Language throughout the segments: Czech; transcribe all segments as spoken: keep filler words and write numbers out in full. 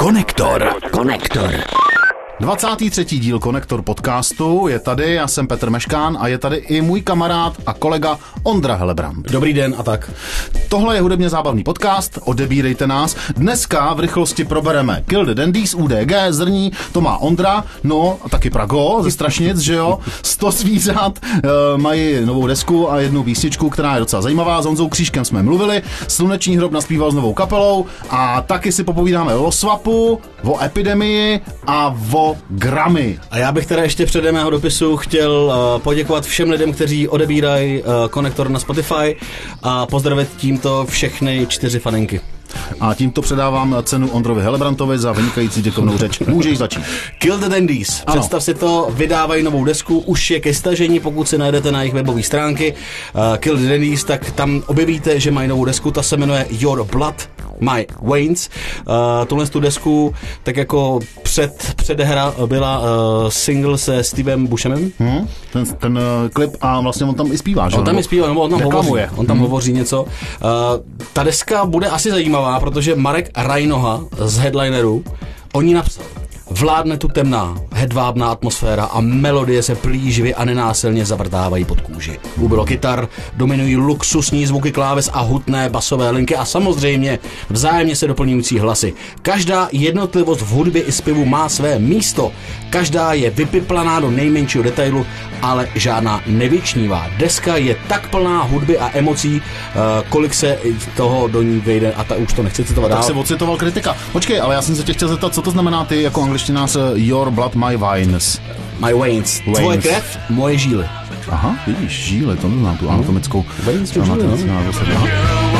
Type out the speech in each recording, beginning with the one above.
Konektor. Konektor. dvacátý třetí díl Konektor podcastu je tady, já jsem Petr Meškán a je tady i můj kamarád a kolega Ondra Helebrant. Dobrý den a tak. Tohle je hudebně zábavný podcast, odebírejte nás. Dneska v rychlosti probereme Kill the Dandies, U D G, Zrní, to má Ondra, no a taky Prago ze Strašnic, že jo. sto zvířat e, mají novou desku a jednu písničku, která je docela zajímavá. S Honzou Křížkem jsme mluvili, Sluneční hrob naspíval s novou kapelou a taky si popovídáme o Swapu, o Epidemii a o Grammy. A já bych teda ještě přede mého dopisu chtěl uh, poděkovat všem lidem, kteří odebírají uh, Konektor na Spotify a pozdravit tímto všechny čtyři faninky. A tímto předávám cenu Ondrovi Helebrantovi za vynikající děkovnou řeč. Můžeš začít. Kill the Dandies. Ano. Představ si to, vydávají novou desku, už je ke stažení, pokud si najdete na jejich webové stránky uh, Kill the Dandies, tak tam objevíte, že mají novou desku, ta se jmenuje Your Blood My Veins. Uh, tuhle tu desku, tak jako před, předehra byla uh, single se Stevem Buscemem. Hmm, ten, ten uh, klip a vlastně on tam i zpívá, že? On tam i zpívá, nebo on tam hovoří, on tam hmm. hovoří něco. Uh, ta deska bude asi zajímavá, protože Marek Rajnoha z Headlineru o ní napsal: vládne tu temná, hedvábná atmosféra a melodie se plíživě a nenásilně zavrtávají pod kůži. Ubylo kytar, dominují luxusní zvuky kláves a hutné basové linky a samozřejmě vzájemně se doplňující hlasy. Každá jednotlivost v hudbě i zpěvu má své místo. Každá je vypiplaná do nejmenšího detailu, ale žádná nevyčnívá. Deska je tak plná hudby a emocí, kolik se toho do ní vejde, a ta už to nechci citovat dál. Tak se ocitoval kritika. Počkej, ale já jsem se tě chtěl zeptat, co to znamená ty jako angličtinář Your Blood My Veins. My veins. veins. Tvoje krev, moje žíly. Aha, vidíš, žíly, to neznám, tu anatomickou. Veins to žíly, no.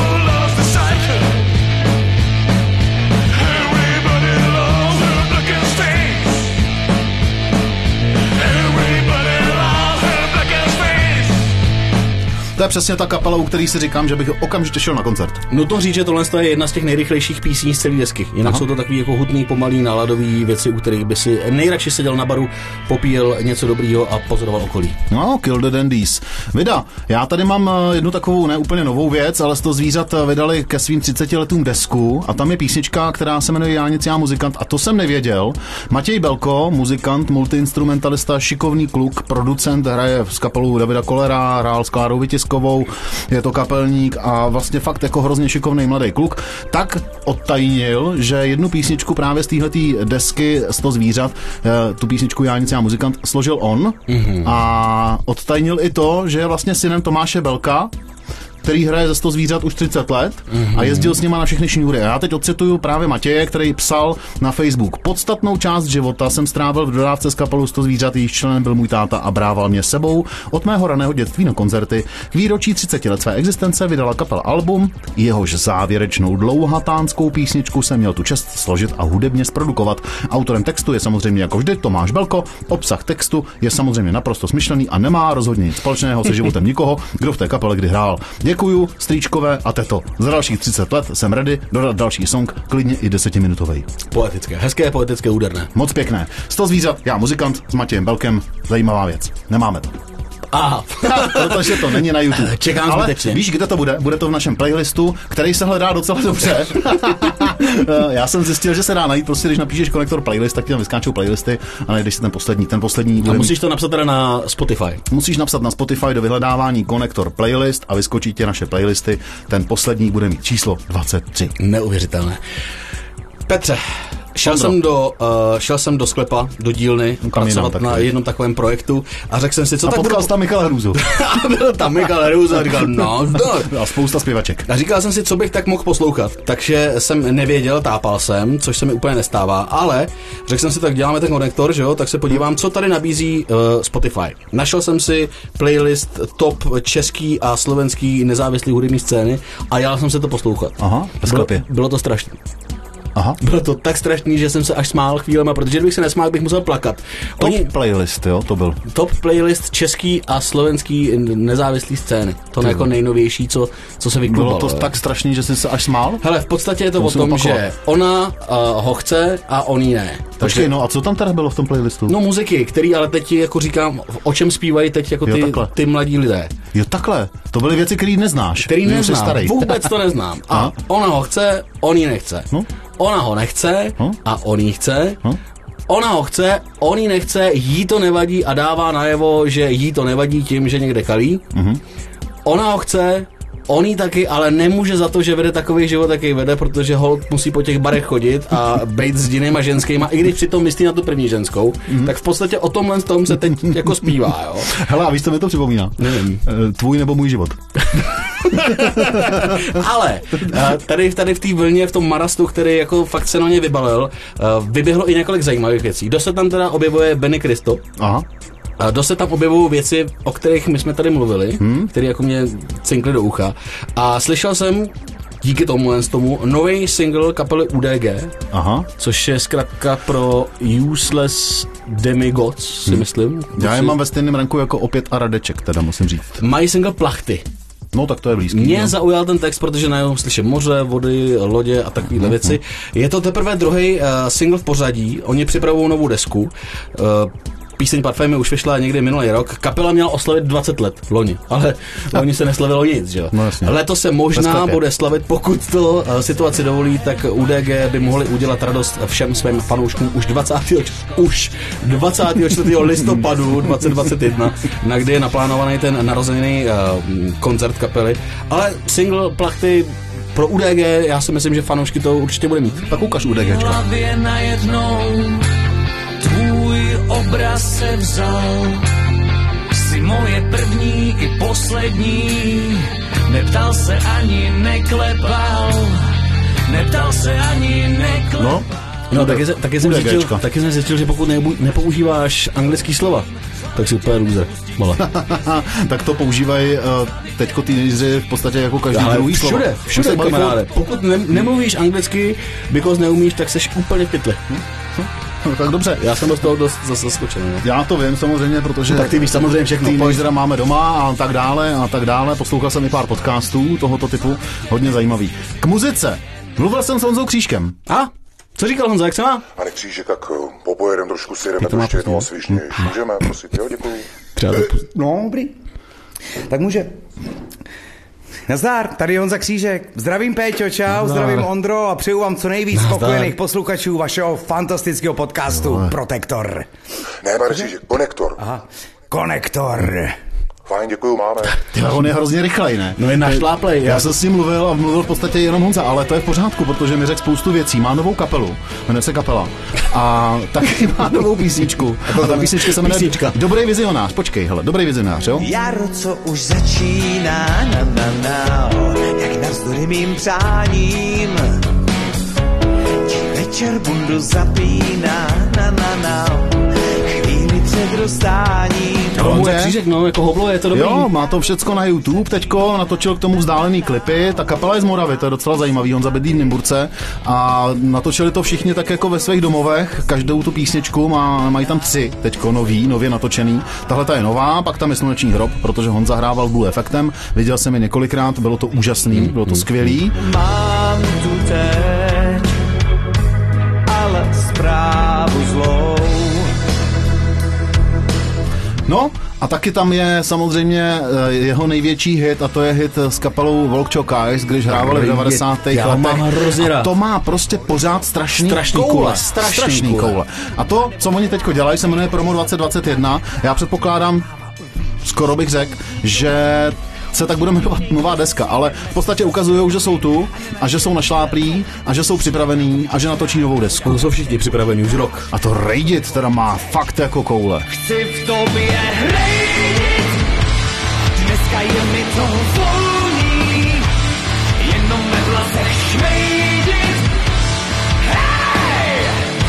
To je přesně ta kapela, u který si říkám, že bych okamžitě šel na koncert. No to říct, že tohle je jedna z těch nejrychlejších písní z celé desky. Jinak Aha. jsou to takový jako hutný, pomalý, náladový věci, u kterých by si nejradši seděl na baru, popíjel něco dobrýho a pozoroval okolí. No, Kill the Dandies. Vida, já tady mám jednu takovou neúplně novou věc, ale sto zvířat vydali ke svým třiceti letům desku a tam je písnička, která se jmenuje Já nic, já muzikant, a to jsem nevěděl. Matěj Belko, muzikant, multiinstrumentalista, šikovný kluk, producent, hraje s kapelou Davida Kollera, hrál s Klárou Vytiskovou, je to kapelník a vlastně fakt jako hrozně šikovný mladý kluk, tak odtajnil, že jednu písničku právě z téhletý desky sto zvířat, tu písničku Já nic, já muzikant, složil on mm-hmm. a odtajnil i to, že je vlastně synem Tomáše Belka, který hraje ze sto zvířat už třicet let mm-hmm. a jezdil s nima na všechny šňůry. A já teď odcituju právě Matěje, který psal na Facebook: podstatnou část života jsem strávil v dodávce s kapelou sto zvířat, jejíž členem byl můj táta a brával mě sebou. Od mého raného dětství na koncerty. K výročí třiceti let své existence vydala kapela album, jehož závěrečnou dlouhatánskou písničku jsem měl tu čest složit a hudebně zprodukovat. Autorem textu je samozřejmě jako vždy Tomáš Belko, obsah textu je samozřejmě naprosto smyšlený a nemá rozhodně nic společného se životem nikoho, kdo v té kapele kdy hrál. Děkuju, strýčkové a teto. Za dalších třicet let jsem ready dodat další song, klidně i desetiminutový. Poetické, hezké, poetické, úderné. Moc pěkné. sto zvířat, já muzikant s Matějem Belkem, zajímavá věc. Nemáme to. Aha. Protože to není na YouTube. Čekám ale zbytečně. Víš, kde to bude? Bude to v našem playlistu, který se hledá docela dobře. Já jsem zjistil, že se dá najít, prostě když napíšeš Konektor playlist, tak ti tam vyskáčou playlisty a najdeš si ten poslední. Ten poslední a musíš mít... to napsat teda na Spotify. Musíš napsat na Spotify do vyhledávání Konektor playlist a vyskočí ti naše playlisty. Ten poslední bude mít číslo dvacet tři. Neuvěřitelné. Petře, Šel jsem, do, uh, šel jsem do sklepa, do dílny, pracovat na jednom takovém projektu a řekl jsem si, co a tak potkal budu... tam Michal Hrůzu. A byl tam Michal Hrůzu a říkal, no, no. A spousta zpěvaček. A říkal jsem si, co bych tak mohl poslouchat. Takže jsem nevěděl, tápal jsem, což se mi úplně nestává, ale řekl jsem si, tak děláme ten konektor, že jo, tak se podívám, co tady nabízí uh, Spotify. Našel jsem si playlist top český a slovenský nezávislý hudební scény a jel jsem se to poslouchat. Aha, ve sklepě. Bylo, bylo to strašné. Aha. Bylo to tak strašný, že jsem se až smál chvílema, protože kdybych se nesmál, bych musel plakat. Top Oni... playlist, jo, to byl. Top playlist český a slovenský nezávislý scény. To je jako nejnovější, co, co se vyklubalo. Bylo to tak strašný, že jsi se až smál? Hele, v podstatě je to Musím o tom, opakovat. Že ona uh, ho chce a on ji ne. Počkej, takže... no a co tam teda bylo v tom playlistu? No muziky, který ale teď jako říkám, o čem zpívají teď jako ty, jo, ty mladí lidé. Jo, takhle. To byly věci, které neznáš. Který neznám. Vůbec to neznám. A ona ho chce, on ji nechce. No? Ona ho nechce Hm? a on jí chce. Hm? Ona ho chce, on jí nechce, jí to nevadí a dává najevo, že jí to nevadí tím, že někde kalí. Mhm. Ona ho chce, on jí taky, ale nemůže za to, že vede takový život, jaký vede, protože holt musí po těch barech chodit a bejt s jinýma ženskýma, i když přitom myslí na tu první ženskou, mm. tak v podstatě o tomhle tom se teď jako zpívá, jo. Hele, a víš, co mi to připomíná? Nevím. Eh, Tvůj nebo můj život. Ale tady, tady v té vlně, v tom marastu, který jako fakt se na ně vybalil, vyběhlo i několik zajímavých věcí. Dost se tam teda objevuje Benny Cristo. Aha. A dost se tam objevují věci, o kterých my jsme tady mluvili, hmm? které jako mě cinkly do ucha. A slyšel jsem díky tomu, tomu nový single kapely U D G, Aha. což je zkrátka pro Useless Demigods, si hmm. myslím. Já je mám ve stejném ranku jako Opět a Radeček, teda musím říct. Mají single Plachty. No tak to je blízký. Mě no. zaujal ten text, protože najednou slyším moře, vody, lodě a takovéhle mm, věci. Je to teprve druhý uh, single v pořadí, oni připravují novou desku. Uh, Píseň Parfémy už vyšla někdy minulý rok. Kapela měla oslavit dvacet let loni, ale loni se neslavilo nic, že jo. No, letos se možná bude slavit, pokud to uh, situaci dovolí, tak U D G by mohli udělat radost všem svým fanouškům už dvacátého už dvacátého čtvrtého listopadu dvacet dvacet jedna, na kdy je naplánovaný ten narozený uh, koncert kapely. Ale single Plachty pro U D G, já si myslím, že fanoušky to určitě bude mít. Tak ukaž UDGčka. Tvůj obraz se vzal, jsi moje první i poslední, neptal se ani neklepal, neptal se ani neklepal. No, no taky, taky, jsem zjistil, taky jsem zjistil, že pokud nepoužíváš anglický slova, tak si úplně loser. Tak to používají uh, teďko teenageři v podstatě jako každý druhý slovo. Všude, všude, kamaráde. Pokud ne, nemluvíš anglicky, because neumíš, tak seš úplně v pytli. Hm? Hm? No, tak dobře. Já jsem z toho dost zaskočený. Já to vím samozřejmě, protože... No, tak ty víš samozřejmě všechno. Teenagera máme doma a tak dále a tak dále. Poslouchal jsem i pár podcastů tohoto typu, hodně zajímavý. K muzice. Mluvil jsem s Honzou Křížkem. A? Co říkal Honza, jak se má? Pane Křížek, tak popojedem trošku si jdeme to ještě jednou a svižněji. Můžeme, prosím, jo, děkuju. No, dobrý. Tak může. Nazdar, tady Honza Křížek. Zdravím Péťo, čau, Nazdar. Zdravím Ondro a přeju vám co nejvíc Nazdar. spokojených posluchačů vašeho fantastického podcastu no. Protektor. Ne, pane Křížek, Konektor. Aha, Konektor. Fajn, děkuju, máme. Ty, on je hrozně rychlej, ne? No je našláplej. Já jsem s ním mluvil a mluvil v podstatě jenom Honza, ale to je v pořádku, protože mi řekl spoustu věcí. Má novou kapelu, jmenuje se Kapela. A taky má novou písničku. A ta písnička se jmenuje Dobrý vizionář. Počkej, hele, Dobrý vizionář, jo? Jaro, co už začíná, na, na, na, jak navzdory mým přáním. Večer bundu zapíná, na, na, na, chvíli před rozstáním. Honza Křížek, no, jako hoblo, je to dobrý. Jo, má to všecko na YouTube, teďko natočil k tomu vzdálený klipy, ta kapela je z Moravy, to je docela zajímavý, Honza bydlí v Nymburce a natočili to všichni tak jako ve svých domovech, každou tu písničku, má, mají tam tři teďko nový, nově natočený, tahle ta je nová, pak tam je Sluneční hrob, protože Honza hrával Blue Effectem, viděl jsem je několikrát, bylo to úžasný, bylo to skvělý. Mám tu teď, ale zprávu zlou. No, a taky tam je samozřejmě jeho největší hit a to je hit s kapelou Volkčok Eyes, když hrávali v devadesátých letech. A to má prostě pořád strašný, strašný koule. koule. Strašný, strašný koule. koule. A to, co oni teďko dělají, se jmenuje Promo dvacet dvacet jedna. Já předpokládám, skoro bych řekl, že se tak bude jmenovat nová deska, ale v podstatě ukazují, že jsou tu a že jsou našláplí a že jsou připravení a že natočí novou desku. To jsou všichni připravení už rok. A to Rejdit teda má fakt jako koule. Chci v tobě rejdit, dneska je mi to volný, jenom ve vlasech šmejdit. Hej!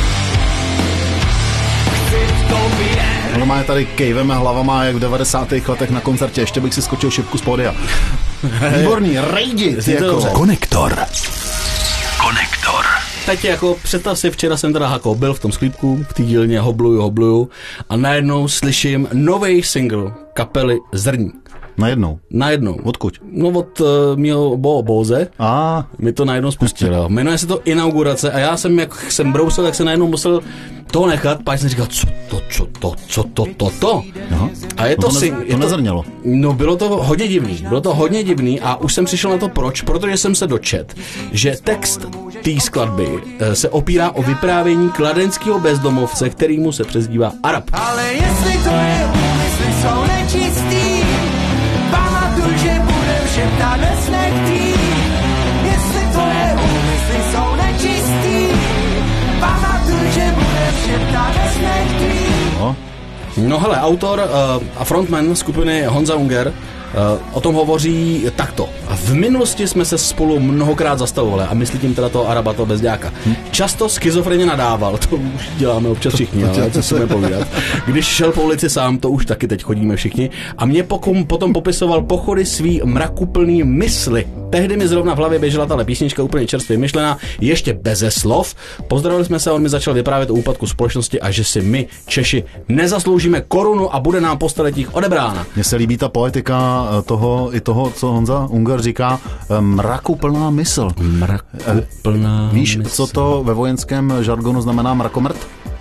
Chci v tobě. No má je tady kejveme hlavama, jak v devadesátých letech na koncertě. Ještě bych si skočil šipku z pódia. Výborný, Rejdit. Jako. Konektor. Konektor. Teď jako představ si, včera jsem teda jako byl v tom sklípku, v té dílně hobluju, hobluju a najednou slyším nový single kapely Zrní. Najednou. Najednou. Odkud? No od uh, mýho bo, Boze. A mi to najednou spustilo. Jmenuje se to Inaugurace a já jsem, jak jsem brousil, tak se najednou musel to nechat, pak jsem říkal, co to, co to, co to, to, to. Aha. A je no to, to, si, nez, je to nezrnělo. No bylo to hodně divný, bylo to hodně divný a už jsem přišel na to proč, protože jsem se dočet, že text té skladby se opírá o vyprávění kladenského bezdomovce, kterýmu se přezdívá Arab. Ale jestli to je úmysly jsou nečistý, pamatuj, že budem šeptat nesnechtý. Jestli to je úmysly jsou nečistý, pamatuj, že budem šeptat nesnechtý. No. No hele, autor uh, a frontman skupiny Honza Unger Uh, o tom hovoří takto. V minulosti jsme se spolu mnohokrát zastavovali a myslí tím teda toho Araba, toho bezďáka. Hm. Často schizofreně nadával, to už děláme občas všichni, ale co si budeme povídat. Když šel po ulici sám, to už taky teď chodíme všichni. A mě pokum, potom popisoval pochody svý mrakuplný mysli. Tehdy mi zrovna v hlavě běžela tahle písnička úplně čerstvě myšlená, ještě beze slov. Pozdravili jsme se a on mi začal vyprávět o úpadku společnosti a že si my, Češi, nezasloužíme korunu a bude nám po staletích odebrána. Mně se líbí ta poetika toho, i toho, co Honza Unger říká, mrakuplná mysl. Mrakuplná Víš, mysl. co to ve vojenském žargonu znamená mrakomrt?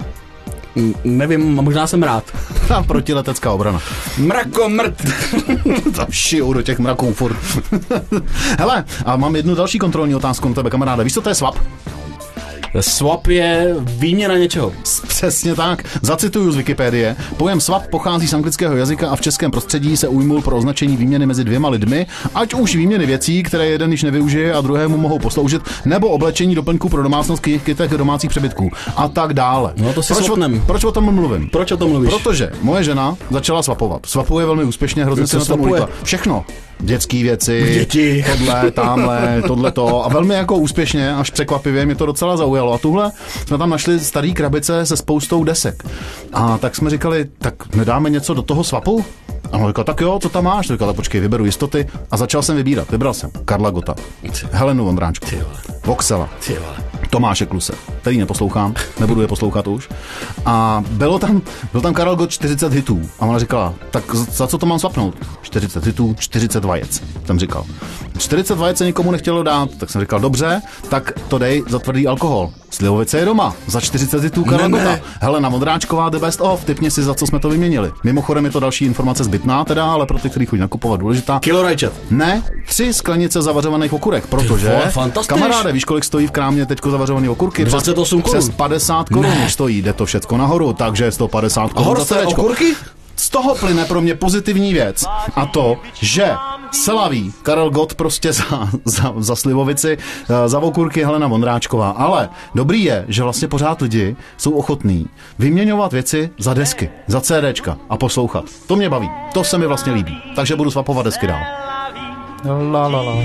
Nevím, možná jsem rád. Protiletecká obrana. Mrakomrt. To šijou do těch mraků furt. Hele, a mám jednu další kontrolní otázku na tebe, kamaráde. Víš, co to je swap? Swap je výměna něčeho. Přesně tak. Zacituju z Wikipedie. Pojem swap pochází z anglického jazyka a v českém prostředí se ujmul pro označení výměny mezi dvěma lidmi, ať už výměny věcí, které jeden již nevyužije a druhému mohou posloužit, nebo oblečení doplňků pro domácnost, kytek domácích přebytků a tak dále. No to si proč, o, proč o tom mluvím? Proč o tom mluvíš? Protože moje žena začala swapovat. Swapuje velmi úspěšně, hrozně se na tom ulítla. Všechno. Dětský věci, děti, tohle, tamhle, tohleto a velmi jako úspěšně, až překvapivě mě to docela zaujalo. A tuhle jsme tam našli starý krabice se spoustou desek. A tak jsme říkali, tak nedáme něco do toho swapu? A on říkal, tak jo, co tam máš? Říkal, počkej, vyberu jistoty. A začal jsem vybírat. Vybral jsem Karla Gotta, Helenu Vondráčku, Voxela, Tomáše Kluse, který neposlouchám, nebudu je poslouchat už. A bylo tam, byl tam Karel Gott čtyřicet hitů. A ona říkala, tak za co to mám swapnout? čtyřicet hitů, čtyřicet vajec, jsem říkal. čtyřicet vajec se nikomu nechtělo dát, tak jsem říkal, dobře, tak to dej za tvrdý alkohol. Slivovice je doma, za čtyřicet hitů Karla Gotta. Helena Vondráčková, the best of, tipně si, za co jsme to vyměnili. Mimochodem je to další informace zbytná teda, ale pro ty, kteří chodí nakupovat, důležitá. Kilo rajčat. Ne, tři sklenice zavařovaných okurek, protože, kamaráde, víš, kolik stojí v krámě teďko zavařovaný okurky? dvacet osm korun. Přes padesát korun stojí, jde to všecko nahoru, takže sto padesát korun za celečko. Okurky? Z toho plyne pro mě pozitivní věc a to, že Selaví Karel Gott prostě za, za, za slivovici, za okurky Helena Vondráčková, ale dobrý je, že vlastně pořád lidi jsou ochotní vyměňovat věci za desky, za CDčka a poslouchat. To mě baví, to se mi vlastně líbí, takže budu swapovat desky dál. La, la, la.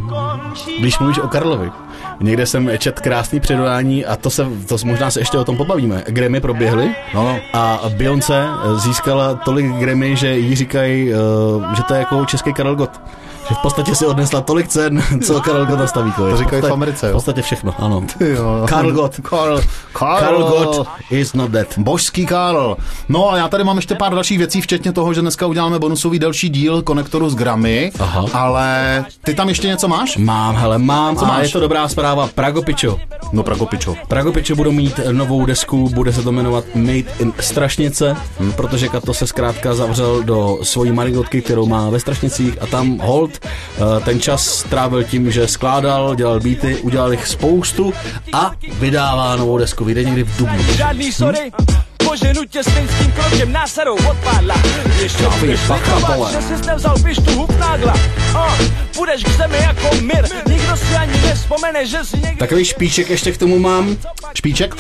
Když mluvíš o Karlovi, někde jsem čet krásný předodání a to se, to možná se ještě o tom pobavíme. Grammy proběhly no, no. A Beyoncé získala tolik Grammy, že jí říkají, že to je jako český Karel Gott. Že v podstatě si odnesla tolik cen, co Karel Gott nastaví. To říkají v Americe, jo? V podstatě všechno, ano. Jo. Karel Gott. Karl, Karl, Karel Gott is not dead. Božský Karl. No a já tady mám ještě pár dalších věcí, včetně toho, že dneska uděláme bonusový další díl konektoru z Grammy. Aha. Ale ty tam ještě něco máš? Mám, hele, mám. Co a máš? Je to dobrá zpráva. Pragopičo. No Pragopičo. Pragopičo budou mít novou desku, bude se to jmenovat Made in Strašnice, hmm. protože Kato se zkrátka zavřel do svojí marigotky, kterou má ve Strašnicích a tam hold ten čas strávil tím, že skládal, dělal beaty, udělal jich spoustu a vydává novou desku. Vyjde někdy v dubnu. Žádný sorry, poženu tě svinským krokem násadou odpadla. Ještě budeš lichovat, že jsi nevzal pištu hub nágla. Oh, půjdeš k zemi jako mir, nikdo si ani nevzpomene, že si někdy... Takový špíček ještě k tomu mám. Špíček?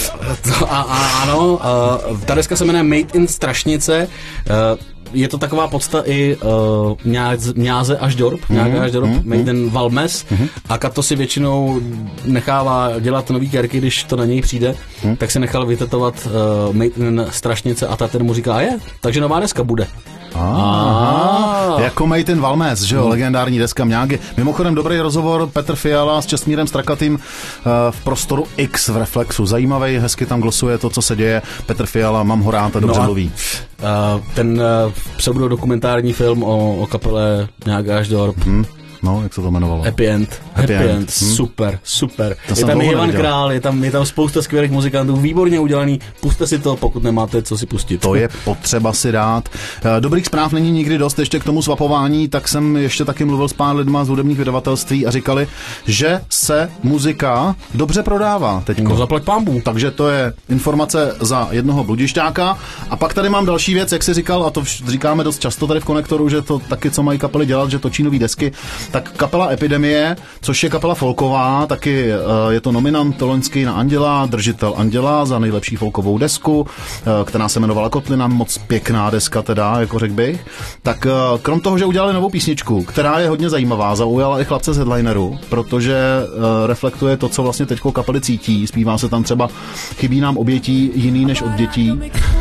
A, a, ano, a, ta deska se jmenuje Made in Strašnice. A, je to taková podsta i uh, mňáze až dorb, mm-hmm. až dorb, mm-hmm. Made in Valmes, mm-hmm. a Kato si většinou nechává dělat nový kérky, když to na něj přijde, mm-hmm. tak se nechal vytetovat uh, Made in Strašnice a ta ten mu říká, je, takže nová deska bude. Aha. Oh. Jako Mejtin Valmes, že jo, hmm. legendární deska Mňágy. Mimochodem dobrý rozhovor Petr Fiala s Čestmírem Strakatým uh, v prostoru X v Reflexu. Zajímavý, hezky tam glosuje to, co se děje. Petr Fiala, mám ho rád a dobře no a, mluví. Uh, ten uh, pseudodokumentární film o, o kapele Mňága až do Orb. Hmm. No, jak se to jmenovalo? Happy End. Happy, Happy End. End. Hmm. Super, super. To je tam Ivan Král, je tam, je tam spousta skvělých muzikantů, výborně udělaný. Puste si to, pokud nemáte co si pustit. To je potřeba si dát. Dobrých zpráv není nikdy dost. Ještě k tomu swapování, tak jsem ještě taky mluvil s pár lidma z hudebních vydavatelství a říkali, že se muzika dobře prodává teďko. No, zaplať pambu. Takže to je informace za jednoho bludišťáka. A pak tady mám další věc, jak jsi říkal, a to říkáme dost často tady v Konektoru, že to taky, co mají kapely dělat, že točí nový desky. Tak kapela Epidemie, což je kapela folková, taky uh, je to nominant loňský na Anděla, držitel Anděla za nejlepší folkovou desku, uh, která se jmenovala Kotlina, moc pěkná deska teda, jako řekl bych. Tak uh, krom toho, že udělali novou písničku, která je hodně zajímavá, zaujala i chlapce z Headlineru, protože uh, reflektuje to, co vlastně teďko kapely cítí. Zpívá se tam třeba Chybí nám obětí jiný než od dětí.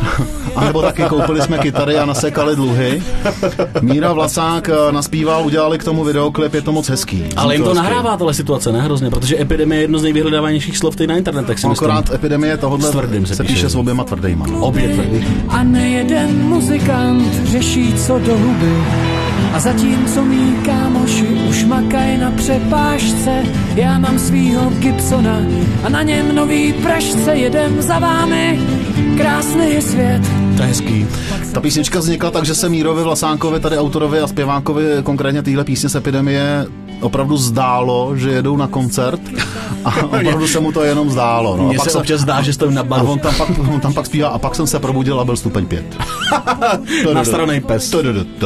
A nebo taky koupili jsme kytary a nasekali dluhy. Míra Vlasák uh, naspíval, udělali k tomu videoklip, je to moc hezký. Ale jim to nahrává tahle situace, ne hrozně, protože Epidemie je jedno z nejvyhledávanějších slov teď na internetech, si myslím. Akorát Epidemie tohodle tvrdým se, se píše s oběma tvrdýma. No. Obě tvrdý. A nejeden muzikant řeší co do huby. A zatímco mý kámoši už makaj na přepážce, já mám svýho Gibsona a na něm nový pražce, jedem za vámi, krásný je svět. To je hezký. Ta písnička vznikla tak, že se Mírovi Vlasánkovi, tady autorovi a zpěvákovi konkrétně téhle písně z Epidemie opravdu zdálo, že jedou na koncert a opravdu se mu to jenom zdálo. No. Mně se, se občas zdá, že stojím na baru. A on tam, pak, on tam pak zpívá a pak jsem se probudil a byl stupeň pět. Nastranej pes.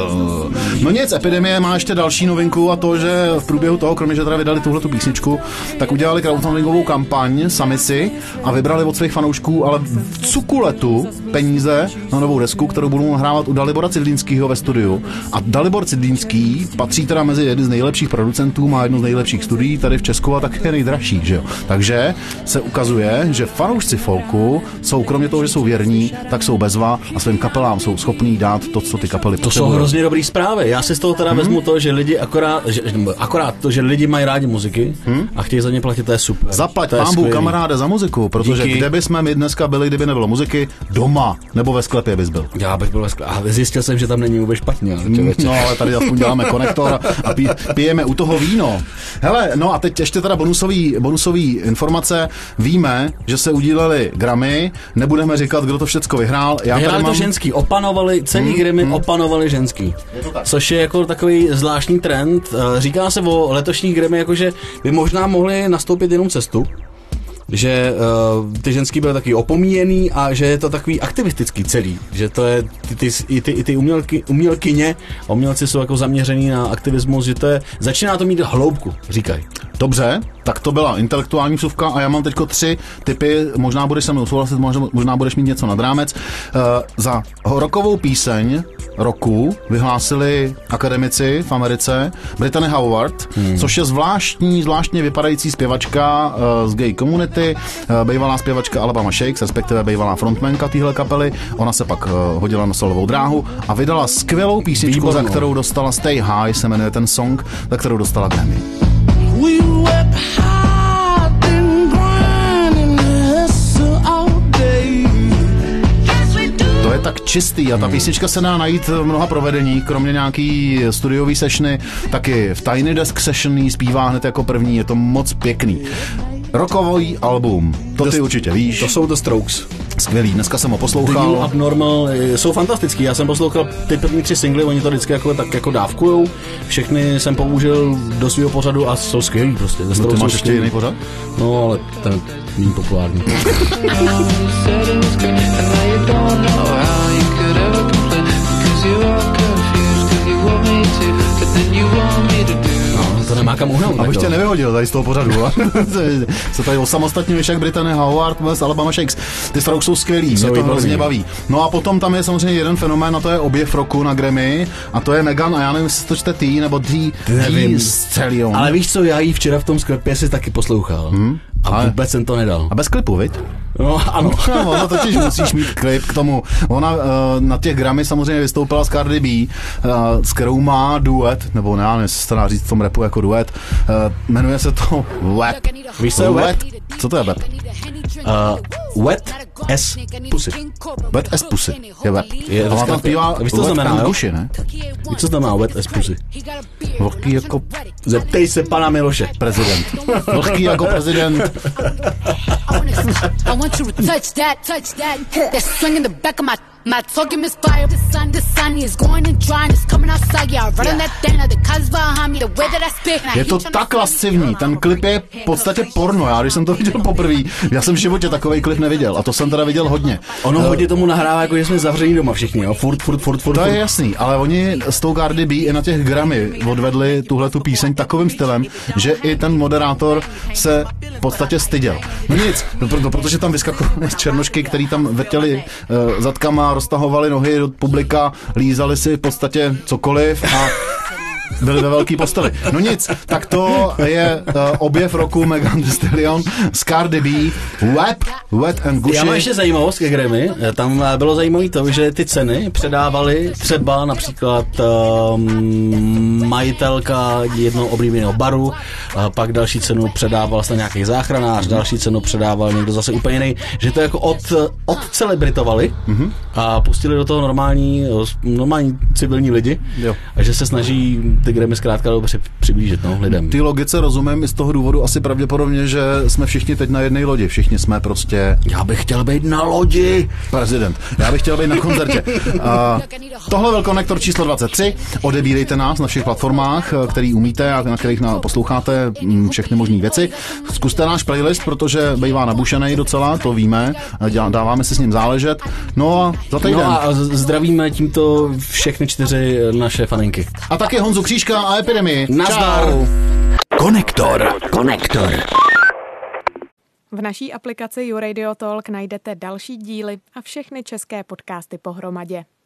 No nic, Epidemie má ještě další novinku a to, že v průběhu toho, kromě že teda vydali tuhletu písničku, tak udělali crowdfundingovou kampaň sami si a vybrali od svých fanoušků, ale v cukuletu peníze na novou desku, kterou budou nahrávat u Dalibora Cidlínskýho ve studiu. A Dalibor Cidlínský patří teda mezi jedny z nejlepších producentů, má jednu z nejlepších studií tady v Česku a také nejdražší, že jo. Takže se ukazuje, že fanoušci folku jsou kromě toho, že jsou věrní, tak jsou bezva a svým kapelám jsou schopní dát to, co ty kapely to potřebují. To jsou hrozně dobrý zprávy. Já si z toho teda hmm. vezmu to, že lidi akorát, že, akorát to, že lidi mají rádi muziky hmm. a chtějí za ně platit, to je super. Zaplať pánbu kamaráde za muziku, protože díky. Kde bychom my dneska byli, kdyby nebylo muziky, doma nebo ve sklepě bys byl. Já bych byl ve sklepě. A zjistil jsem, že tam není vůbec špatně. No, ale tady aspoň děláme konektor a pí, pijeme u toho víno. Hele, no a teď ještě teda bonusový, bonusový informace. Víme, že se udíleli Grammy, nebudeme říkat, kdo to všecko vyhrál. Já vyhrali mám... to ženský, opanovali, celý hmm, Grammy hmm. opanovali ženský. Což je jako takový zvláštní trend. Říká se o letošních Grammy, jakože by možná mohli nastoupit jenom cestu. Že uh, ty ženský byly taky opomíjený a že je to takový aktivistický celý, že to je ty, ty, i ty, i ty umělky, umělkyně a umělci jsou jako zaměřený na aktivismus, že to je, začíná to mít hloubku, říkají. Dobře, tak to byla intelektuální vsuvka a já mám teďko tři typy, možná budeš se mnou souhlasit, možná, možná budeš mít něco nad rámec. Uh, za rockovou píseň roku vyhlásili akademici v Americe Brittany Howard, hmm. což je zvláštní, zvláštně vypadající zpěvačka uh, z gay community, uh, bývalá zpěvačka Alabama Shakes, respektive bývalá frontmanka téhle kapely. Ona se pak uh, hodila na solovou dráhu a vydala skvělou písničku, Výbornou. Za kterou dostala Stay High, se jmenuje ten song, za kterou dostala Grammy. We went hard and grinding hustle all day. Yes, we do. To je tak čistý a ta písnička se dá najít v mnoha provedení, kromě nějaký studiový sessiony, taky v Tiny Desk Session jí zpívá hned jako první, je to moc pěkný. Rockový album, to ty The, určitě víš. To jsou The Strokes. Skvělý, dneska jsem ho poslouchal. The Abnormal, jsou fantastický, já jsem poslouchal ty první tři singly, oni to vždycky jako, tak jako dávkujou, všechny jsem použil do svého pořadu a jsou skvělý prostě. No, ty máš ještě jiný pořad? No, ale ten není populární. To nemá kam uhnout. Abych tě nevyhodil tady z toho pořadu. Se tady osamostatňuješ jak Brittany Howard z Alabama Shakes. Ty Strokes jsou skvělý, mě to hrozně baví. No a potom tam je samozřejmě jeden fenomén a to je objev roku na Grammy a to je Megan a já nevím, jestli to čte ty nebo Thee Stallion. Ale víš co, já jí včera v tom sklepě si taky poslouchal. Hmm? A ale... vůbec jsem to nedal. A bez klipu, viď? No, ano. No, ono totiž musíš mít klip k tomu. Ona uh, na těch Grammy samozřejmě vystoupila s Cardi B, uh, s kterou má duet, nebo ne, nevím, se dá říct v tom rapu jako duet. Uh, jmenuje se to Web. Víš, co je Web? Co to je Web? Uh, wet as pussy. Wet as pussy je Web. Je, ona tam zpívá víš, co znamená, jo? Guši, ne? Víš, co znamená wet as pussy? Vlhký jako Zeptej se pana Miloše. prezident. Vlhký jako prezident. I want you to touch that, touch that. That swing in the back of my my talking is fire. The sun, the sun is going and drying. It's coming outside. Yeah, I run on that thing. The cuz behind me. The way that I spit. Je to tak lascivní, ten klip je v podstatě porno. Já když jsem to viděl poprvé, já jsem v životě takovej klip neviděl a to jsem teda viděl hodně. Ono hodně tomu nahrává, jako že jsme zavření doma všichni, jo? Furt, furt, furt, furt. To furt. je jasný, ale oni s tou Cardi B i na těch Grammy odvedli tuhletu píseň takovým stylem, že i ten moderátor se v podstatě styděl. No nic, proto, protože tam vyskakovali černošky, který tam vrtěli uh, zadkama, roztahovali nohy do publika, lízali si v podstatě cokoliv a byli ve velký posteli. No nic, tak to je uh, objev roku Megan Thee Stallion s Cardi B, Web, Wet and Gucci. Já mám ještě zajímavost ke Grammy. Tam bylo zajímavé to, že ty ceny předávali třeba například um, majitelka jednoho oblíbeného baru, a pak další cenu předával snad nějaký záchranář, další cenu předával někdo zase úplně jiný, že to jako od, odcelebritovali mm-hmm. a pustili do toho normální, normální civilní lidi, jo. A že se snaží ty Grammy zkrátka dobře přiblížit no, lidem. Ty logice rozumím i z toho důvodu asi pravděpodobně, že jsme všichni teď na jedné lodi. Všichni jsme prostě... Já bych chtěl být na lodi. Prezident. Já bych chtěl být na koncertě. Uh, tohle byl Konektor číslo dvacet tři. Odebírejte nás na všech platformách, který umíte a na kterých posloucháte všechny možné věci. Zkuste náš playlist, protože bývá nabušený docela, to víme. Dáváme si s ním záležet. No a za týden. No a zdravíme tímto všechny čtyři naše faninky. A taky Honzu Křížka a Epidemii. Nazdar. Konektor. Konektor. V naší aplikaci YouRadio Talk najdete další díly a všechny české podcasty pohromadě.